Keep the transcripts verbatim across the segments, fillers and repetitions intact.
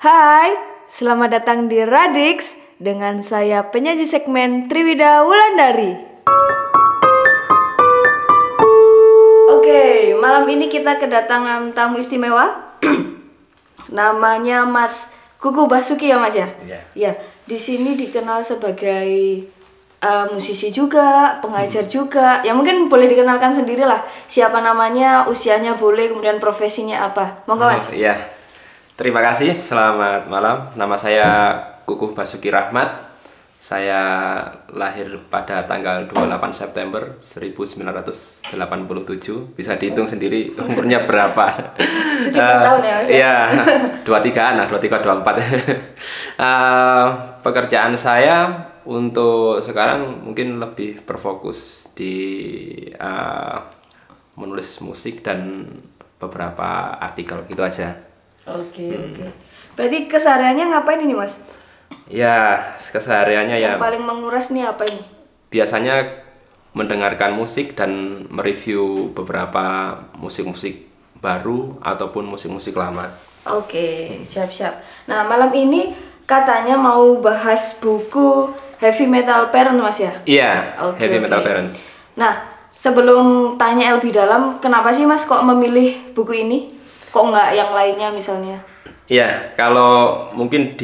Hai, selamat datang di Radix dengan saya penyaji segmen Triwida Wulandari. Oke, malam ini kita kedatangan tamu istimewa. Namanya Mas Kuku Basuki ya Mas ya? Iya. Ya, di sini dikenal sebagai uh, musisi juga, pengajar hmm. juga. Ya mungkin boleh dikenalkan sendirilah. Siapa namanya, usianya boleh, kemudian profesinya apa. Monggo Mas. Oh, iya. Terima kasih, selamat malam. Nama saya Kukuh Basuki Rahmat. Saya lahir pada tanggal dua puluh delapan September seribu sembilan ratus delapan puluh tujuh. Bisa dihitung sendiri umurnya berapa. tujuh belas uh, tahun ya Mas? Iya, dua puluh tigaan lah, dua puluh tiga, dua puluh empat. uh, Pekerjaan saya untuk sekarang mungkin lebih berfokus di uh, menulis musik dan beberapa artikel gitu aja. Oke, hmm. oke. Berarti kesehariannya ngapain ini, Mas? Ya, kesehariannya ya. Yang paling menguras nih apa ini? Biasanya mendengarkan musik dan mereview beberapa musik-musik baru ataupun musik-musik lama. Oke, siap-siap. Nah, malam ini katanya mau bahas buku Heavy Metal Parents, Mas ya? Iya, okay, Heavy okay. Metal Parents. Nah, sebelum tanya lebih dalam, kenapa sih Mas kok memilih buku ini? Kok nggak yang lainnya misalnya? Iya, kalau mungkin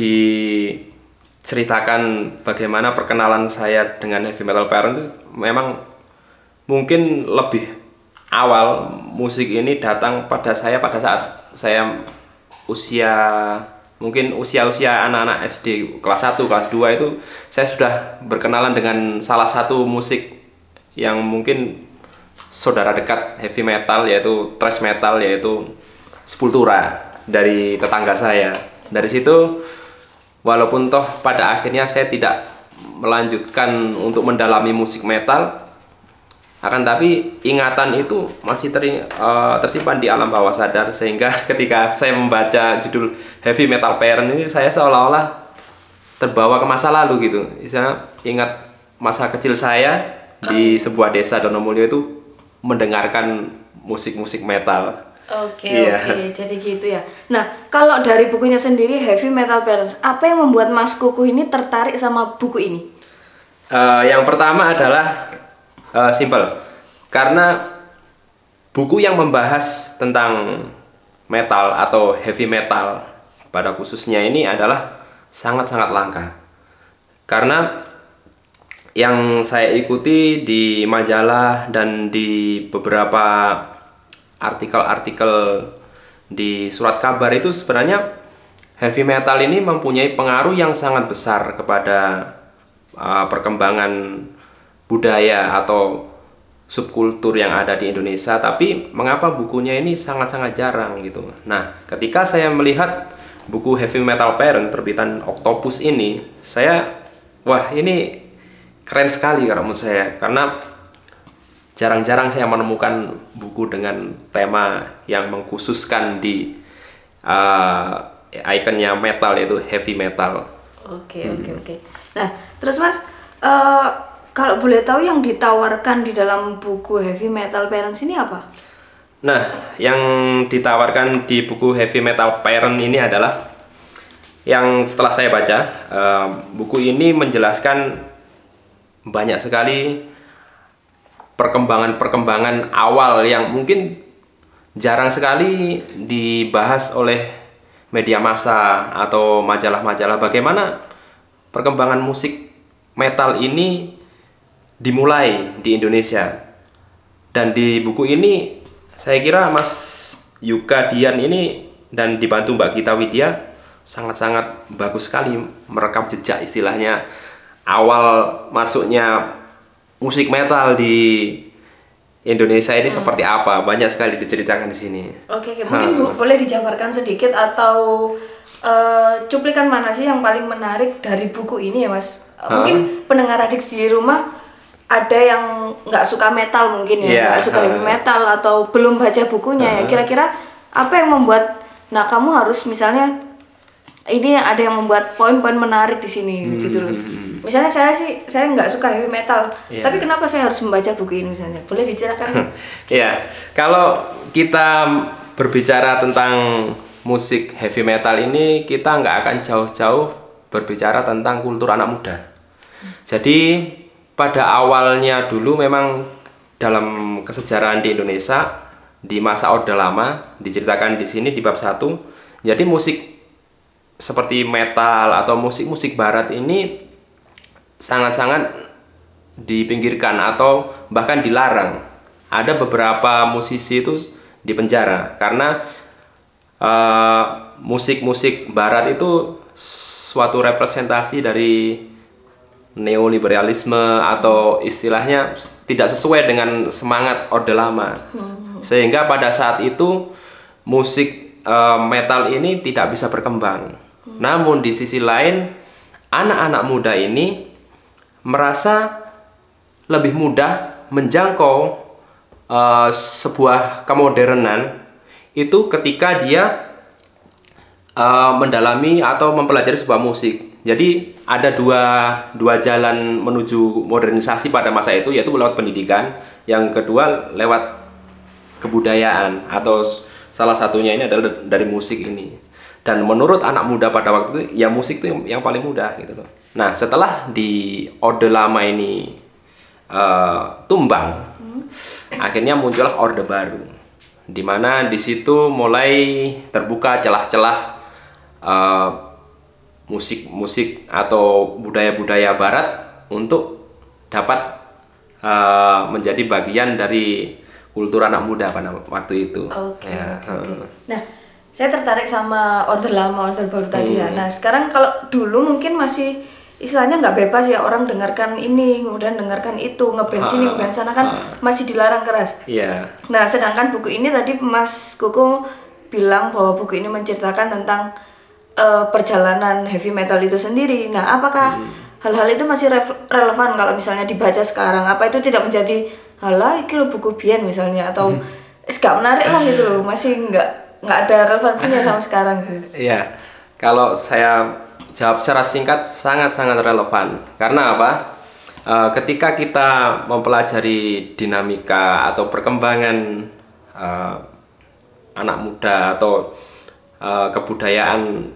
diceritakan bagaimana perkenalan saya dengan Heavy Metal Parents itu memang mungkin lebih awal musik ini datang pada saya pada saat saya usia mungkin usia-usia anak-anak S D kelas satu, kelas dua itu saya sudah berkenalan dengan salah satu musik yang mungkin saudara dekat heavy metal yaitu thrash metal yaitu Sepultura dari tetangga saya. Dari situ walaupun toh pada akhirnya saya tidak melanjutkan untuk mendalami musik metal, akan tapi ingatan itu masih ter, uh, tersimpan di alam bawah sadar, sehingga ketika saya membaca judul Heavy Metal Parents ini saya seolah-olah terbawa ke masa lalu gitu. Misalnya ingat masa kecil saya di sebuah desa Donomulyo itu mendengarkan musik-musik metal. Oke, yeah. oke, jadi gitu ya. Nah, kalau dari bukunya sendiri Heavy Metal Parents, apa yang membuat Mas Kukuh ini tertarik sama buku ini? Uh, yang pertama adalah uh, simple, karena buku yang membahas tentang metal atau heavy metal pada khususnya ini adalah sangat-sangat langka. Karena yang saya ikuti di majalah dan di beberapa artikel-artikel di surat kabar itu sebenarnya heavy metal ini mempunyai pengaruh yang sangat besar kepada uh, perkembangan budaya atau subkultur yang ada di Indonesia, tapi mengapa bukunya ini sangat-sangat jarang gitu. Nah, ketika saya melihat buku Heavy Metal Parents terbitan Octopus ini, saya wah ini keren sekali kalau menurut saya, karena jarang-jarang saya menemukan buku dengan tema yang mengkhususkan di uh, ikonnya metal yaitu heavy metal. Oke hmm. oke oke. Nah terus Mas, uh, kalau boleh tahu yang ditawarkan di dalam buku Heavy Metal Parents ini apa? Nah, yang ditawarkan di buku Heavy Metal Parents ini adalah yang setelah saya baca, uh, buku ini menjelaskan banyak sekali perkembangan-perkembangan awal yang mungkin jarang sekali dibahas oleh media massa atau majalah-majalah, bagaimana perkembangan musik metal ini dimulai di Indonesia. Dan di buku ini saya kira Mas Yuka Dian ini dan dibantu Mbak Gita Widya sangat-sangat bagus sekali merekam jejak istilahnya awal masuknya musik metal di Indonesia ini hmm. seperti apa, banyak sekali diceritakan di sini. Oke, oke. Mungkin Bu, boleh dijabarkan sedikit atau uh, cuplikan mana sih yang paling menarik dari buku ini ya Mas? Uh, mungkin pendengar adik di rumah ada yang nggak suka metal mungkin ya, nggak yeah. suka heavy metal atau belum baca bukunya ya. Kira-kira apa yang membuat, nah kamu harus misalnya ini ada yang membuat poin-poin menarik di sini hmm. gitu loh. Misalnya saya sih saya nggak suka heavy metal, yeah. tapi kenapa saya harus membaca buku ini misalnya? Boleh diceritakan? Iya, kalau kita berbicara tentang musik heavy metal ini kita nggak akan jauh-jauh berbicara tentang kultur anak muda. Jadi pada awalnya dulu memang dalam kesejarahan di Indonesia di masa Orde Lama diceritakan di sini di bab satu. Jadi musik seperti metal atau musik-musik barat ini sangat-sangat dipinggirkan atau bahkan dilarang. Ada beberapa musisi itu dipenjara karena uh, musik-musik barat itu suatu representasi dari neoliberalisme atau istilahnya tidak sesuai dengan semangat Orde Lama. Sehingga pada saat itu musik uh, metal ini tidak bisa berkembang. Namun di sisi lain, anak-anak muda ini merasa lebih mudah menjangkau uh, sebuah kemodernan itu ketika dia uh, mendalami atau mempelajari sebuah musik. Jadi ada dua, dua jalan menuju modernisasi pada masa itu, yaitu lewat pendidikan, yang kedua lewat kebudayaan, atau salah satunya ini adalah dari musik ini. Dan menurut anak muda pada waktu itu, ya musik itu yang, yang paling mudah gitu loh. Nah, setelah di Orde Lama ini uh, tumbang, hmm. akhirnya muncullah Orde Baru, di mana di situ mulai terbuka celah-celah uh, musik-musik atau budaya-budaya Barat untuk dapat uh, menjadi bagian dari kultur anak muda pada waktu itu. Oke. Ya, okay, okay. Nah, saya tertarik sama Orde Lama, Orde Baru tadi ya. Hmm. Nah, sekarang kalau dulu mungkin masih istilahnya nggak bebas ya, orang dengarkan ini, kemudian dengarkan itu, ngeband sini, ngeband sana kan ha. masih dilarang keras. Iya. Yeah. Nah, sedangkan buku ini tadi Mas Kuku bilang bahwa buku ini menceritakan tentang uh, perjalanan heavy metal itu sendiri. Nah, apakah hmm. hal-hal itu masih re- relevan kalau misalnya dibaca sekarang? Apa itu tidak menjadi halah iki lo buku biyen misalnya, atau hmm. gak menarik lah gitu loh, masih nggak nggak ada relevansinya sama sekarang? Iya, kalau saya jawab secara singkat, sangat-sangat relevan. Karena apa? E, ketika kita mempelajari dinamika atau perkembangan e, anak muda atau e, kebudayaan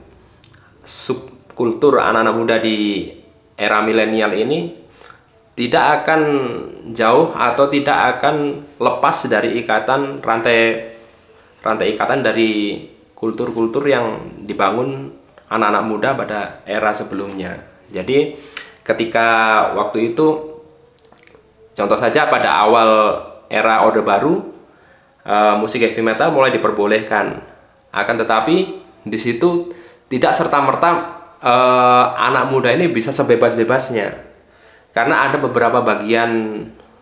subkultur anak-anak muda di era milenial ini, tidak akan jauh atau tidak akan lepas dari ikatan rantai rantai ikatan dari kultur-kultur yang dibangun anak-anak muda pada era sebelumnya. Jadi ketika waktu itu, contoh saja pada awal era Orde Baru, uh, musik heavy metal mulai diperbolehkan. Akan tetapi di situ tidak serta-merta uh, anak muda ini bisa sebebas-bebasnya, karena ada beberapa bagian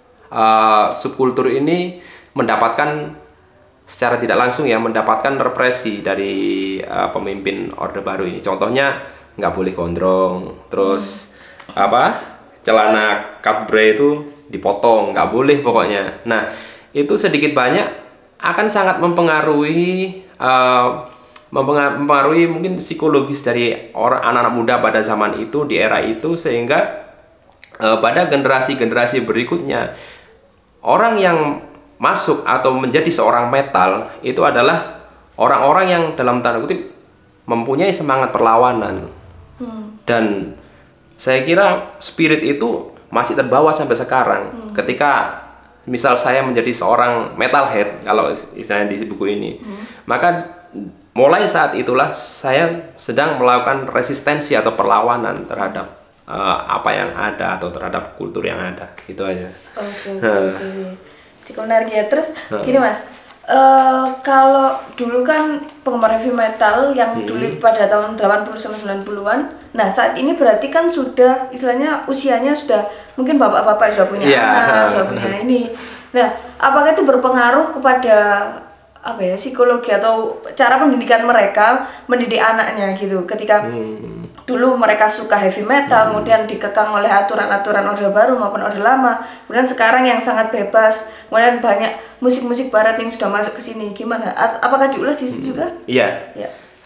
uh, subkultur ini mendapatkan secara tidak langsung ya mendapatkan represi dari uh, pemimpin Orde Baru ini. Contohnya nggak boleh gondrong, terus hmm. apa celana kabre itu dipotong, nggak boleh pokoknya. Nah, itu sedikit banyak akan sangat mempengaruhi uh, mempengaruhi mungkin psikologis dari orang anak-anak muda pada zaman itu, di era itu, sehingga uh, pada generasi-generasi berikutnya orang yang masuk atau menjadi seorang metal itu adalah orang-orang yang dalam tanda kutip mempunyai semangat perlawanan. hmm. Dan saya kira spirit itu masih terbawa sampai sekarang. hmm. Ketika misal saya menjadi seorang metalhead, kalau istilahnya di buku ini, hmm. maka mulai saat itulah saya sedang melakukan resistensi atau perlawanan terhadap uh, apa yang ada atau terhadap kultur yang ada. Gitu aja. Oke, oke, oke. Cukup menarik ya. Terus hmm. gini Mas, uh, kalau dulu kan penggemar heavy metal yang hmm. dulu pada tahun delapan puluh sampai sembilan puluhan, nah saat ini berarti kan sudah istilahnya usianya sudah mungkin bapak-bapak sudah punya yeah. anak, sudah punya ini. Nah, apakah itu berpengaruh kepada apa ya psikologi atau cara pendidikan mereka mendidik anaknya gitu, ketika hmm. dulu mereka suka heavy metal, hmm. kemudian dikekang oleh aturan-aturan Orde Baru maupun Orde Lama, kemudian sekarang yang sangat bebas, kemudian banyak musik-musik barat yang sudah masuk ke sini, gimana? Apakah diulas di situ juga? Iya. Ya.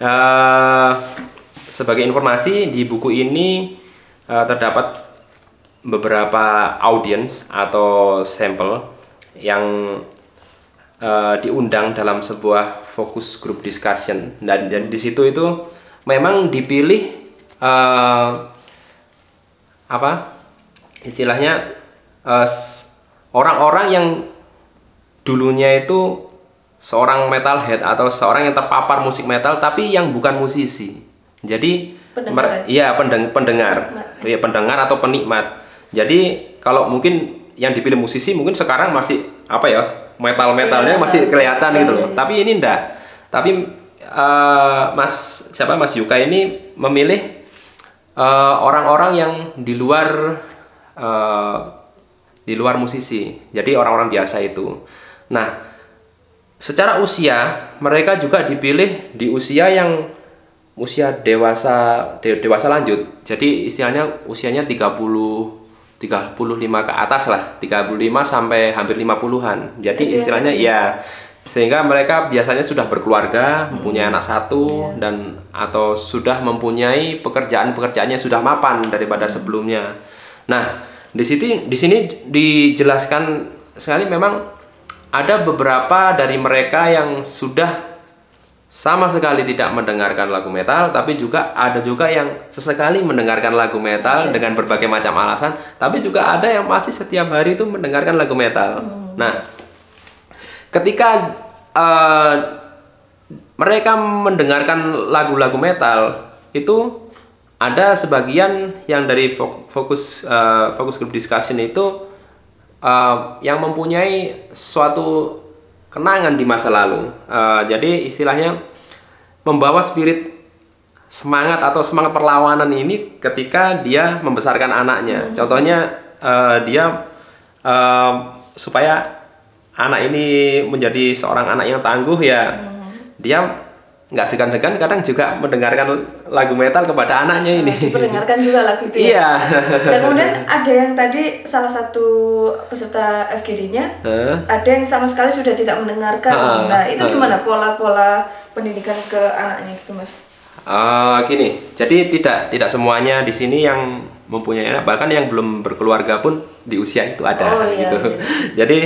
Uh, sebagai informasi di buku ini uh, terdapat beberapa audiens atau sampel yang uh, diundang dalam sebuah focus group discussion, dan, dan di situ itu memang dipilih uh, apa istilahnya uh, orang-orang yang dulunya itu seorang metalhead atau seorang yang terpapar musik metal tapi yang bukan musisi. Jadi pendengar. Iya, pendeng, pendengar. Iya, pendengar atau penikmat. Jadi kalau mungkin yang dipilih musisi mungkin sekarang masih apa ya? Metal-metalnya iya, masih kelihatan iya, gitu loh. iya. Tapi ini enggak. Tapi uh, Mas siapa Mas Yuka ini memilih uh, orang-orang yang di luar uh, di luar musisi. Jadi orang-orang biasa itu. Nah, secara usia mereka juga dipilih di usia yang usia dewasa de, dewasa lanjut. Jadi istilahnya usianya tiga puluh tiga puluh lima ke atas lah, tiga puluh lima sampai hampir lima puluhan. Jadi istilahnya ya, sehingga mereka biasanya sudah berkeluarga, hmm. mempunyai anak satu, yeah. dan atau sudah mempunyai pekerjaan-pekerjaannya sudah mapan daripada hmm. sebelumnya. Nah, di sini di sini dijelaskan sekali memang ada beberapa dari mereka yang sudah sama sekali tidak mendengarkan lagu metal, tapi juga ada juga yang sesekali mendengarkan lagu metal okay. dengan berbagai macam alasan, tapi juga ada yang masih setiap hari itu mendengarkan lagu metal. Hmm. Nah, ketika uh, mereka mendengarkan lagu-lagu metal, itu ada sebagian yang dari fokus uh, fokus group discussion itu Uh, yang mempunyai suatu kenangan di masa lalu. Uh, jadi istilahnya membawa spirit semangat atau semangat perlawanan ini ketika dia membesarkan anaknya. Hmm. Contohnya uh, dia uh, supaya anak ini menjadi seorang anak yang tangguh ya, hmm. dia nggak segan-segan kadang juga mendengarkan lagu metal kepada anaknya ini. Diperdengarkan juga lagu itu ya. Iya. Dan kemudian ada yang tadi salah satu peserta F G D-nya, huh? ada yang sama sekali sudah tidak mendengarkan. Uh, nah itu uh. gimana pola-pola pendidikan ke anaknya gitu Mas? Uh, gini, jadi tidak tidak semuanya di sini yang mempunyai anak, bahkan yang belum berkeluarga pun di usia itu ada oh, gitu. Iya. Jadi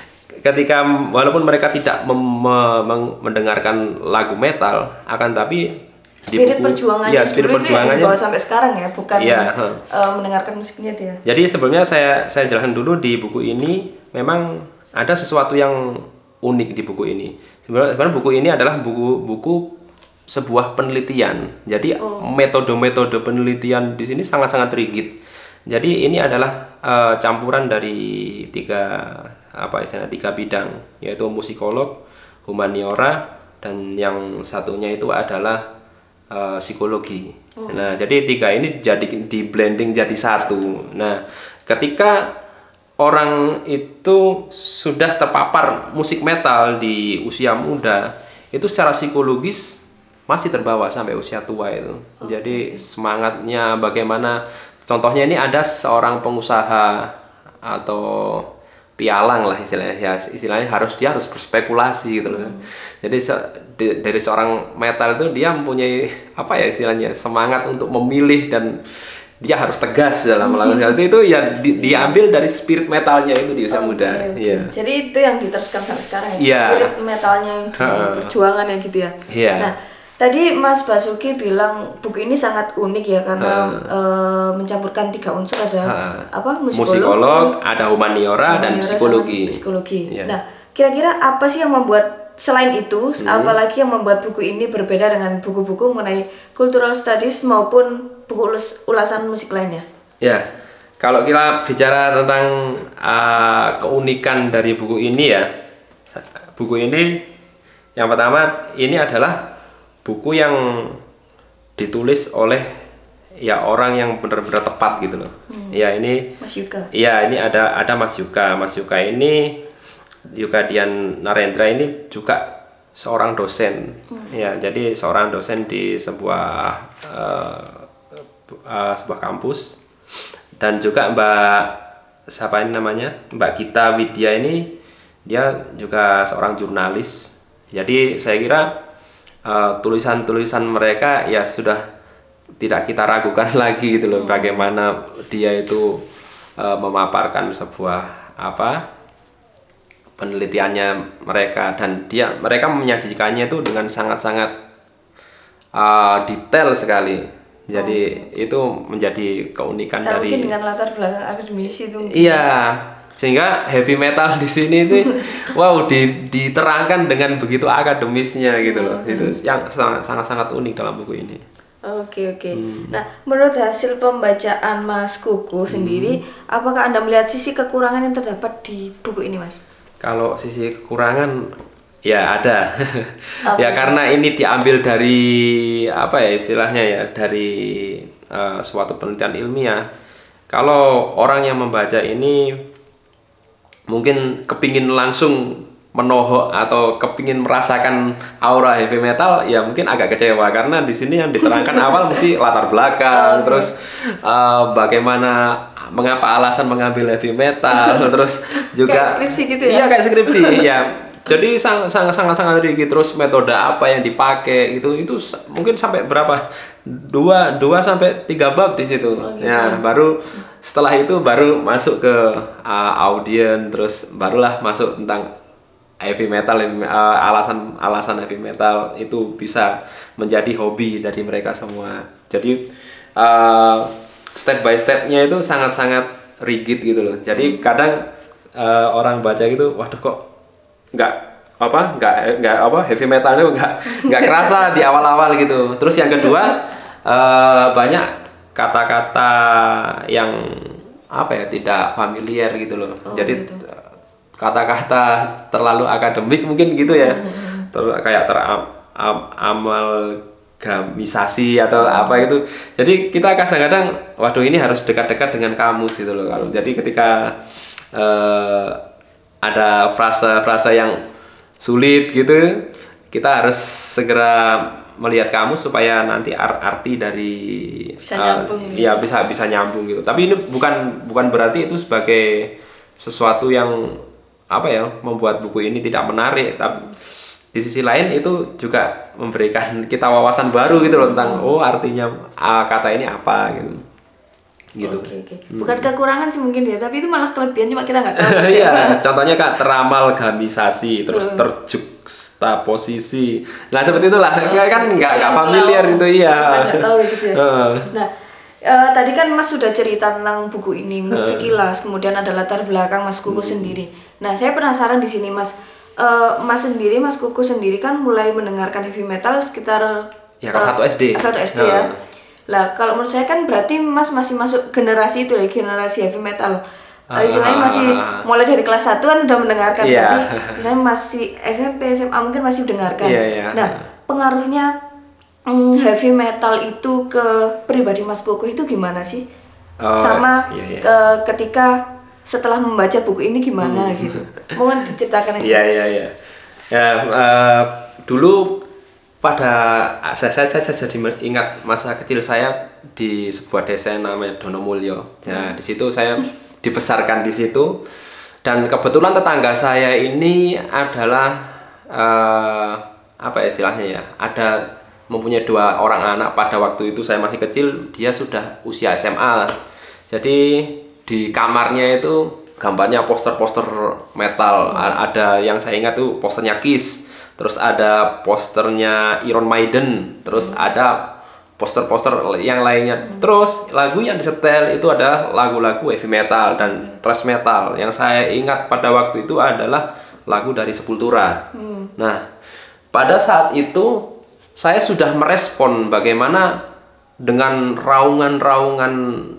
ketika walaupun mereka tidak mem, mem, mendengarkan lagu metal, akan tapi spirit buku, perjuangannya, ya, spirit perjuangannya dibawa sampai sekarang ya, bukan ya, uh, mendengarkan musiknya dia. Jadi sebelumnya saya saya jelaskan dulu di buku ini memang ada sesuatu yang unik di buku ini. Sebenarnya, sebenarnya buku ini adalah buku-buku sebuah penelitian. Jadi oh. metode-metode penelitian di sini sangat-sangat rigid. Jadi ini adalah uh, campuran dari tiga apa istilahnya tiga bidang, yaitu musikolog, humaniora, dan yang satunya itu adalah uh, psikologi. Oh. Nah, jadi tiga ini jadi di blending jadi satu. Nah, ketika orang itu sudah terpapar musik metal di usia muda, itu secara psikologis masih terbawa sampai usia tua itu. Oh. Jadi semangatnya bagaimana? Contohnya ini ada seorang pengusaha atau pialang lah istilahnya, ya istilahnya harus dia harus berspekulasi gitu loh. Hmm. Jadi se di, dari seorang metal itu dia mempunyai apa ya istilahnya semangat untuk memilih dan dia harus tegas dalam melakukan hal itu, itu ya di, diambil dari spirit metalnya itu di usia oh, muda. Okay, okay. Yeah. Jadi itu yang diteruskan sampai sekarang ya, yeah. spirit metalnya yang perjuangan ya gitu ya. Yeah. Nah, tadi Mas Basuki bilang buku ini sangat unik ya karena uh. uh, mencampurkan tiga unsur, ada uh. apa musikolog, musikolog ada humaniora, humaniora dan psikologi. psikologi. Yeah. Nah, kira-kira apa sih yang membuat selain itu, hmm. apalagi yang membuat buku ini berbeda dengan buku-buku mengenai cultural studies maupun buku ulasan musik lainnya? Ya, kalau kita bicara tentang uh, keunikan dari buku ini ya, buku ini yang pertama ini adalah buku yang ditulis oleh ya orang yang benar-benar tepat gitu loh. Hmm. Ya ini Mas Yuka. Iya, ini ada ada Mas Yuka. Mas Yuka ini Yuka Dian Narendra ini juga seorang dosen. Hmm. Ya, jadi seorang dosen di sebuah uh, uh, sebuah kampus. Dan juga Mbak siapa ini namanya? Mbak Gita Widya ini dia juga seorang jurnalis. Jadi saya kira tulisan-tulisan uh, mereka ya sudah tidak kita ragukan lagi gitu loh, hmm. bagaimana dia itu uh, memaparkan sebuah apa penelitiannya mereka, dan dia mereka menyajikannya itu dengan sangat-sangat uh, detail sekali. Jadi oh. itu menjadi keunikan kan dari. Mungkin dengan latar belakang akademisi itu. Iya, sehingga heavy metal di sini itu, wow, di, diterangkan dengan begitu akademisnya gitu loh. Hmm. Itu yang sangat-sangat unik dalam buku ini. Oke oke. Hmm. Nah, menurut hasil pembacaan Mas Kuku sendiri, hmm. apakah Anda melihat sisi kekurangan yang terdapat di buku ini, Mas? Kalau sisi kekurangan, ya ada. Ya karena ini diambil dari apa ya istilahnya ya, dari uh, suatu penelitian ilmiah. Kalau orang yang membaca ini mungkin kepingin langsung menohok atau kepingin merasakan aura heavy metal, ya mungkin agak kecewa karena di sini yang diterangkan awal mesti latar belakang, oh, terus uh, bagaimana mengapa alasan mengambil heavy metal, terus juga kayak skripsi gitu ya. Iya kayak skripsi ya. Jadi sangat sangat sangat sangat rigid, terus metode apa yang dipakai itu itu mungkin sampai berapa dua dua sampai tiga bab di situ. Oh, gitu. Ya baru setelah itu baru masuk ke uh, audien, terus barulah masuk tentang heavy metal, uh, alasan alasan heavy metal itu bisa menjadi hobi dari mereka semua. Jadi uh, step by stepnya itu sangat sangat rigid gitu loh. Jadi kadang uh, orang baca gitu, waduh kok nggak apa nggak nggak apa heavy metal itu nggak nggak kerasa di awal-awal gitu. Terus yang kedua uh, banyak kata-kata yang apa ya tidak familiar gitu loh. Oh, jadi gitu. Kata-kata terlalu akademik mungkin gitu ya. Hmm. Ter, kayak teramalgamisasi atau hmm. apa itu. Jadi kita kadang-kadang waduh ini harus dekat-dekat dengan kamus gitu loh. Kalau jadi ketika uh, ada frasa-frasa yang sulit gitu, kita harus segera melihat kamus supaya nanti arti dari bisa nyambung. Uh, ya bisa bisa nyambung gitu. Tapi ini bukan bukan berarti itu sebagai sesuatu yang apa ya membuat buku ini tidak menarik, tapi di sisi lain itu juga memberikan kita wawasan baru gitu loh tentang oh artinya uh, kata ini apa gitu. Gitu. Oke, oke. Bukan kekurangan sih mungkin ya, tapi itu malah kelebihan cuma kita nggak tahu. Iya, contohnya Kak teramalgamisasi, terus terjuxtaposisi. Nah seperti itulah, oh, kan nggak nggak familiar itu iya. Nggak tahu gitu ya. Uh. Nah uh, tadi kan Mas sudah cerita tentang buku ini uh. sekilas, kemudian ada latar belakang Mas Kuku hmm. sendiri. Nah saya penasaran di sini Mas, uh, Mas sendiri, Mas Kuku sendiri kan mulai mendengarkan heavy metal sekitar ya kelas satu S D. satu S D uh. ya. Lah kalau menurut saya kan berarti Mas masih masuk generasi itu ya, generasi heavy metal. Uh, istilahnya masih mulai dari kelas satu kan udah mendengarkan, yeah. Berarti misalnya masih S M P, S M A mungkin masih mendengarkan. Yeah, yeah. Nah, pengaruhnya mm, heavy metal itu ke pribadi Mas Kuku itu gimana sih? Oh, sama yeah, yeah. Ke, ketika setelah membaca buku ini gimana hmm. gitu. Mohon diceritakan aja. Iya, iya, iya. Ya, uh, dulu pada saya, saya, saya jadi ingat masa kecil saya di sebuah desa yang namanya Donomulyo. Ya, di situ saya dibesarkan di situ, dan kebetulan tetangga saya ini adalah uh, apa istilahnya ya, ada mempunyai dua orang anak. Pada waktu itu saya masih kecil, dia sudah usia S M A. Jadi di kamarnya itu gambarnya poster-poster metal. Ada yang saya ingat tuh posternya Kiss, terus ada posternya Iron Maiden, terus ada poster-poster yang lainnya. Terus lagu yang disetel itu ada lagu-lagu heavy metal dan thrash metal. Yang saya ingat pada waktu itu adalah lagu dari Sepultura. hmm. Nah pada saat itu saya sudah merespon bagaimana dengan raungan-raungan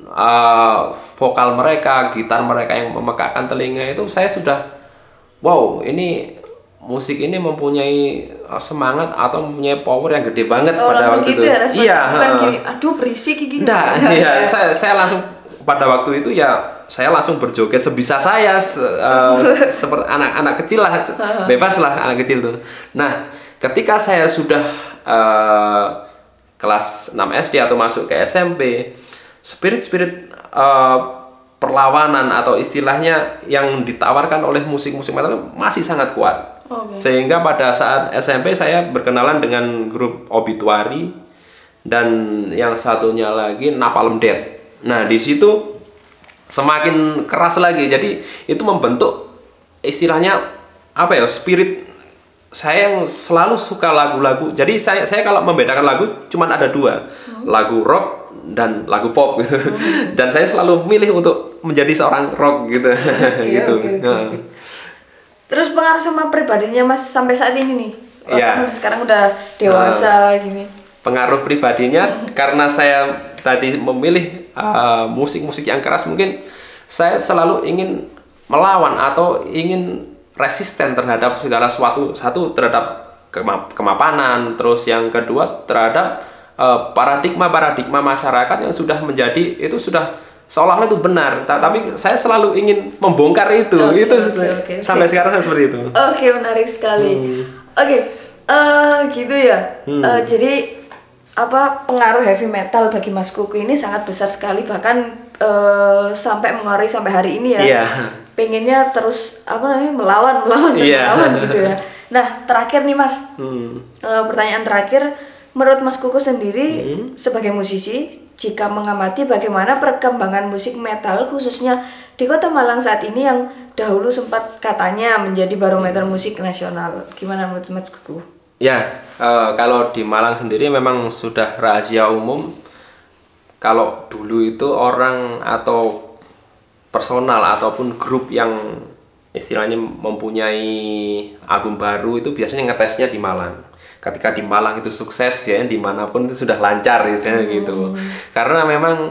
uh, vokal mereka, gitar mereka yang memekakkan telinga itu, saya sudah wow, ini musik ini mempunyai semangat atau mempunyai power yang gede banget. Oh, pada waktu gitu itu. Ya, iya, bukan gini, aduh berisik gini. Nah, iya, saya saya langsung pada waktu itu ya saya langsung berjoget sebisa saya uh, seperti anak-anak kecil lah, bebas lah anak kecil tuh. Nah, ketika saya sudah uh, kelas enam S D atau masuk ke S M P, spirit-spirit uh, perlawanan atau istilahnya yang ditawarkan oleh musik-musik metal masih sangat kuat. Okay. Sehingga pada saat S M P saya berkenalan dengan grup Obituary dan yang satunya lagi Napalm Death. Nah, di situ semakin keras lagi. Jadi itu membentuk istilahnya apa ya, spirit saya yang selalu suka lagu-lagu. Jadi saya saya kalau membedakan lagu cuman ada dua, hmm. lagu rock dan lagu pop gitu. Hmm. Dan saya selalu milih untuk menjadi seorang rock gitu. Okay, gitu. Okay, okay, nah. okay. Terus pengaruh sama pribadinya Mas sampai saat ini nih. Oh, ya. Kan sekarang udah dewasa uh, gini. Pengaruh pribadinya hmm. karena saya tadi memilih uh, musik-musik yang keras, mungkin saya selalu ingin melawan atau ingin resisten terhadap segala sesuatu. Satu, terhadap kemapanan, terus yang kedua terhadap uh, paradigma-paradigma masyarakat yang sudah menjadi itu sudah seolah-olah itu benar. Tapi saya selalu ingin membongkar itu. Okay, itu okay, okay, sampai okay. sekarang seperti itu. Oke, okay, menarik sekali. Hmm. Oke, okay, uh, gitu ya. Hmm. Uh, jadi apa pengaruh heavy metal bagi Mas Kuku ini sangat besar sekali, bahkan uh, sampai mengaruhi sampai hari ini ya. Yeah. Pengennya terus apa namanya melawan melawan yeah. melawan gitu ya. Nah terakhir nih Mas, hmm. uh, pertanyaan terakhir, menurut Mas Kuku sendiri hmm. sebagai musisi, jika mengamati bagaimana perkembangan musik metal khususnya di Kota Malang saat ini yang dahulu sempat katanya menjadi barometer musik nasional, gimana menurut Mas Kuku? Ya, uh, kalau di Malang sendiri memang sudah rahasia umum. Kalau dulu itu orang atau personal ataupun grup yang istilahnya mempunyai album baru itu biasanya ngetesnya di Malang. Ketika di Malang itu sukses, dia dimanapun itu sudah lancar istilahnya hmm. gitu. Karena memang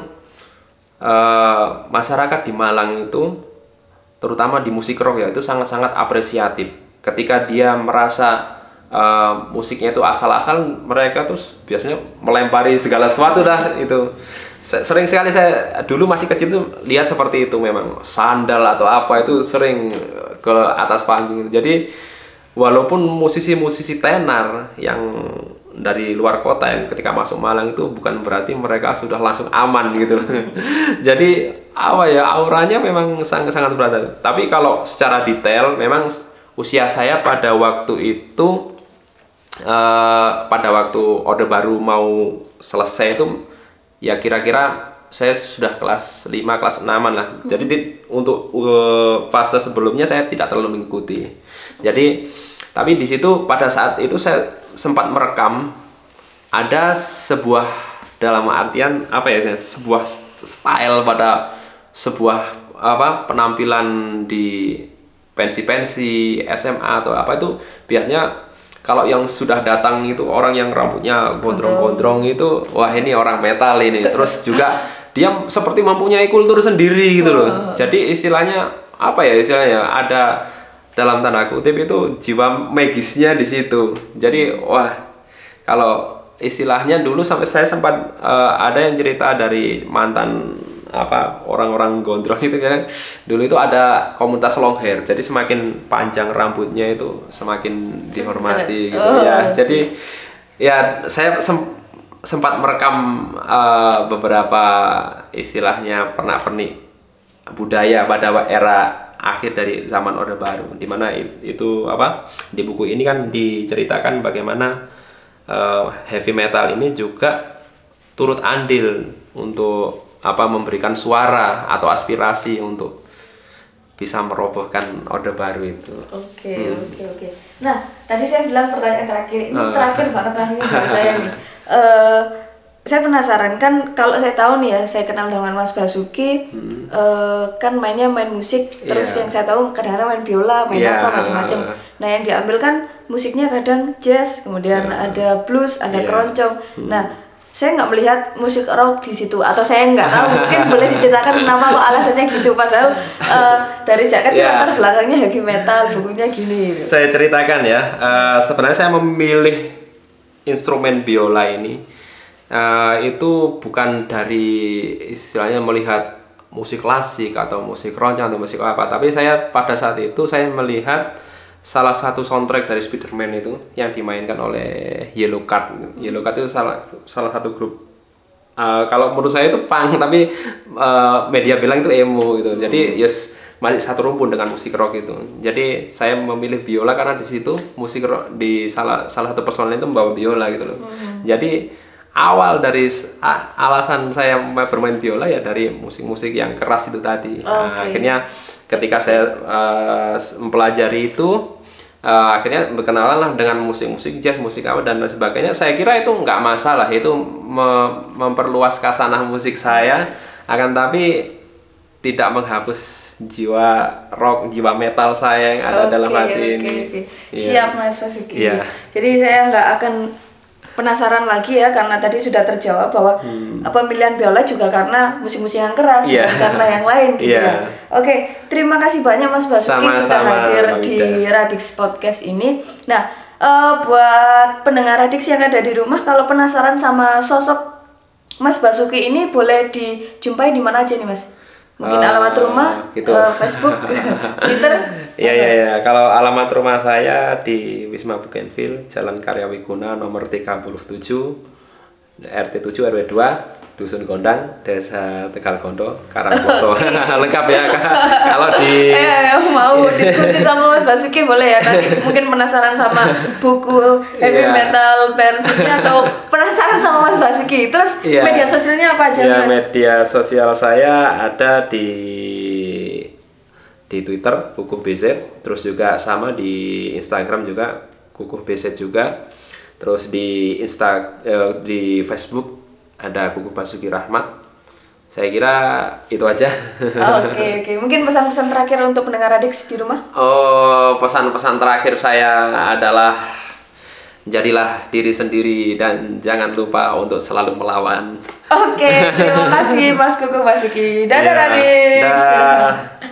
uh, masyarakat di Malang itu, terutama di musik rock ya, itu sangat-sangat apresiatif. Ketika dia merasa Uh, musiknya itu asal-asal, mereka tuh biasanya melempari segala sesuatu dah itu. Sering sekali saya dulu masih kecil tuh lihat seperti itu, memang sandal atau apa itu sering ke atas panggung. Jadi walaupun musisi-musisi tenar yang dari luar kota yang ketika masuk Malang itu bukan berarti mereka sudah langsung aman gitu. Jadi apa ya, auranya memang sangat-sangat berat. Tapi kalau secara detail memang usia saya pada waktu itu Uh, pada waktu Orde Baru mau selesai itu ya kira-kira saya sudah kelas lima, kelas enam lah. Hmm. Jadi di, untuk uh, fase sebelumnya saya tidak terlalu mengikuti. Jadi tapi di situ pada saat itu saya sempat merekam ada sebuah, dalam artian apa ya, sebuah style pada sebuah apa penampilan di pensi-pensi S M A atau apa itu biasanya. Kalau yang sudah datang itu orang yang rambutnya gondrong-gondrong itu, wah ini orang metal ini. Terus juga dia seperti mempunyai kultur sendiri gitu loh. Jadi istilahnya apa ya, istilahnya ada dalam tanda kutip itu jiwa magisnya di situ. Jadi wah, kalau istilahnya dulu sampai saya sempat uh, ada yang cerita dari mantan apa orang-orang gondrong itu kan, dulu itu ada komunitas long hair, jadi semakin panjang rambutnya itu semakin dihormati gitu oh. ya. Jadi ya saya sem sempat merekam uh, beberapa istilahnya pernak-pernik budaya pada era akhir dari zaman Orde Baru, di mana itu apa di buku ini kan diceritakan bagaimana uh, heavy metal ini juga turut andil untuk apa memberikan suara atau aspirasi untuk bisa merobohkan Orde Baru itu. Oke, hmm. oke, oke. Nah, tadi saya bilang pertanyaan terakhir, ini uh. terakhir banget mas ini dari saya nih. Uh, saya penasaran kan, kalau saya tahu nih ya, saya kenal dengan Mas Basuki, hmm. uh, kan mainnya main musik, terus yeah. yang saya tahu kadang-kadang main biola, main yeah. apa macam-macam. Nah, yang diambil kan musiknya kadang jazz, kemudian yeah. ada blues, ada yeah. keroncong. Hmm. Nah, saya nggak melihat musik rock di situ, atau saya nggak tahu, mungkin boleh diceritakan kenapa kok alasannya gitu, padahal uh, dari sejak kecil yeah. latar belakangnya heavy metal, bukunya gini gitu. Saya ceritakan ya, uh, sebenarnya saya memilih instrumen biola ini uh, itu bukan dari istilahnya melihat musik klasik atau musik keroncong atau musik apa, tapi saya pada saat itu saya melihat salah satu soundtrack dari Spider-Man itu yang dimainkan oleh Yellowcard. Yellowcard itu salah salah satu grup. Uh, kalau menurut saya itu punk, tapi uh, media bilang itu emo gitu. Jadi yes masih satu rumpun dengan musik rock itu. Jadi saya memilih biola karena di situ musik rock di salah salah satu personel itu membawa biola gitu loh. Hmm. Jadi awal dari alasan saya bermain biola ya dari musik-musik yang keras itu tadi. Okay. Nah, akhirnya ketika saya uh, mempelajari itu, uh, akhirnya berkenalan lah dengan musik-musik jazz, musik apa dan lain sebagainya. Saya kira itu nggak masalah, itu me- memperluas kasanah musik saya, akan tapi tidak menghapus jiwa rock, jiwa metal saya yang ada okay, dalam hati okay, ini. Okay. Yeah. Siap Mas Basuki. Yeah. Jadi saya nggak akan penasaran lagi ya, karena tadi sudah terjawab bahwa hmm. pemilihan biola juga karena musik-musik yang keras, yeah. bukan karena yang lain gitu yeah. ya. Oke, terima kasih banyak Mas Basuki Sama-sama, sudah hadir di Radix Podcast ini. Nah, uh, buat pendengar Radix yang ada di rumah, kalau penasaran sama sosok Mas Basuki ini boleh dijumpai di mana aja nih Mas? Mungkin uh, alamat rumah, gitu. uh, Facebook, Twitter. Iya iya iya. Kalau alamat rumah saya di Wisma Bougainville, Jalan Karya Wiguna nomor tiga puluh tujuh, R T tujuh R W dua, Dusun Gondang, Desa Tegal Gondo, Karangploso. Lengkap ya Kak. Kalau di eh mau diskusi sama Mas Basuki boleh ya. Nanti mungkin penasaran sama buku heavy yeah. metal versinya atau penasaran sama Mas Basuki. Terus yeah. media sosialnya apa aja yeah, Mas? Media sosial saya ada di di Twitter Kukuh B Z, terus juga sama di Instagram juga Kukuh B Z juga. Terus di Insta eh, di Facebook ada Kukuh Basuki Rahmat. Saya kira itu aja. Oke okay, oke. Okay. Mungkin pesan-pesan terakhir untuk pendengar Radix di rumah? Oh, pesan-pesan terakhir saya adalah jadilah diri sendiri dan jangan lupa untuk selalu melawan. Oke, okay, terima kasih Mas Kukuh Basuki. Dadah ya, Radix. Dah.